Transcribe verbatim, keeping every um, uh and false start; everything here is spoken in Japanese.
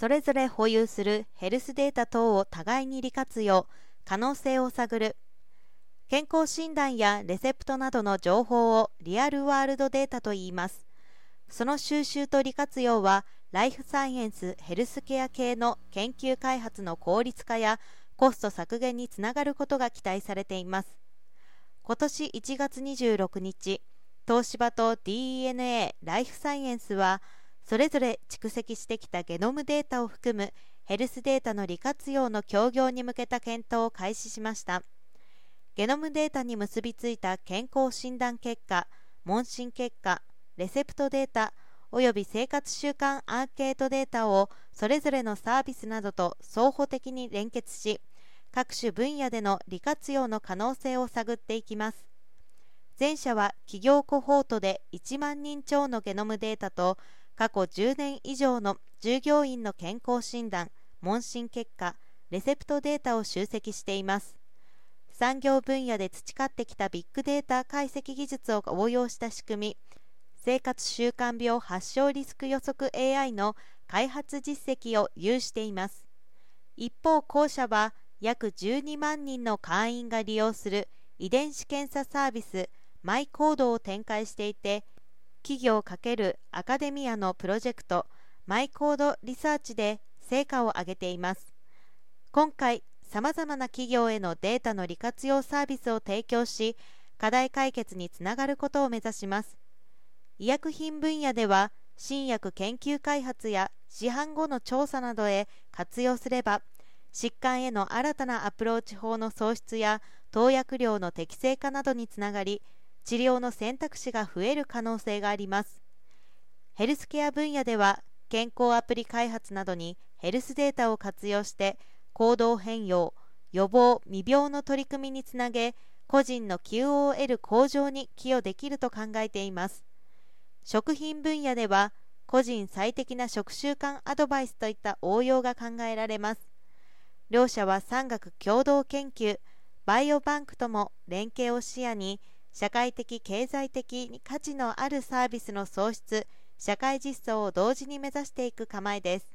それぞれ保有するヘルスデータ等を互いに利活用、可能性を探る。健康診断やレセプトなどの情報をリアルワールドデータといいます。その収集と利活用は、ライフサイエンス・ヘルスケア系の研究開発の効率化やコスト削減につながることが期待されています。今年いちがつにじゅうろくにち、東芝と ディーイーエヌエー ライフサイエンスは、それぞれ蓄積してきたゲノムデータを含むヘルスデータの利活用の協業に向けた検討を開始しました。ゲノムデータに結びついた健康診断結果、問診結果、レセプトデータおよび生活習慣アンケートデータをそれぞれのサービスなどと双方的に連結し、各種分野での利活用の可能性を探っていきます。前者は企業コホートでいちまんにん超のゲノムデータと過去じゅうねん以上の従業員の健康診断、問診結果、レセプトデータを集積しています。産業分野で培ってきたビッグデータ解析技術を応用した仕組み、生活習慣病発症リスク予測 エーアイ の開発実績を有しています。一方、後者は約じゅうにまんにんの会員が利用する遺伝子検査サービスマイコードを展開していて、企業×アカデミアのプロジェクトマイコードリサーチで成果を上げています。今回、さまざまな企業へのデータの利活用サービスを提供し、課題解決につながることを目指します。医薬品分野では、新薬研究開発や市販後の調査などへ活用すれば、疾患への新たなアプローチ法の創出や投薬量の適正化などにつながり、治療の選択肢が増える可能性があります。ヘルスケア分野では、健康アプリ開発などにヘルスデータを活用して、行動変容、予防、未病の取り組みにつなげ、個人の キューオーエル 向上に寄与できると考えています。食品分野では、個人最適な食習慣アドバイスといった応用が考えられます。両社は産学共同研究、バイオバンクとも連携を視野に、社会的経済的に価値のあるサービスの創出、社会実装を同時に目指していく構えです。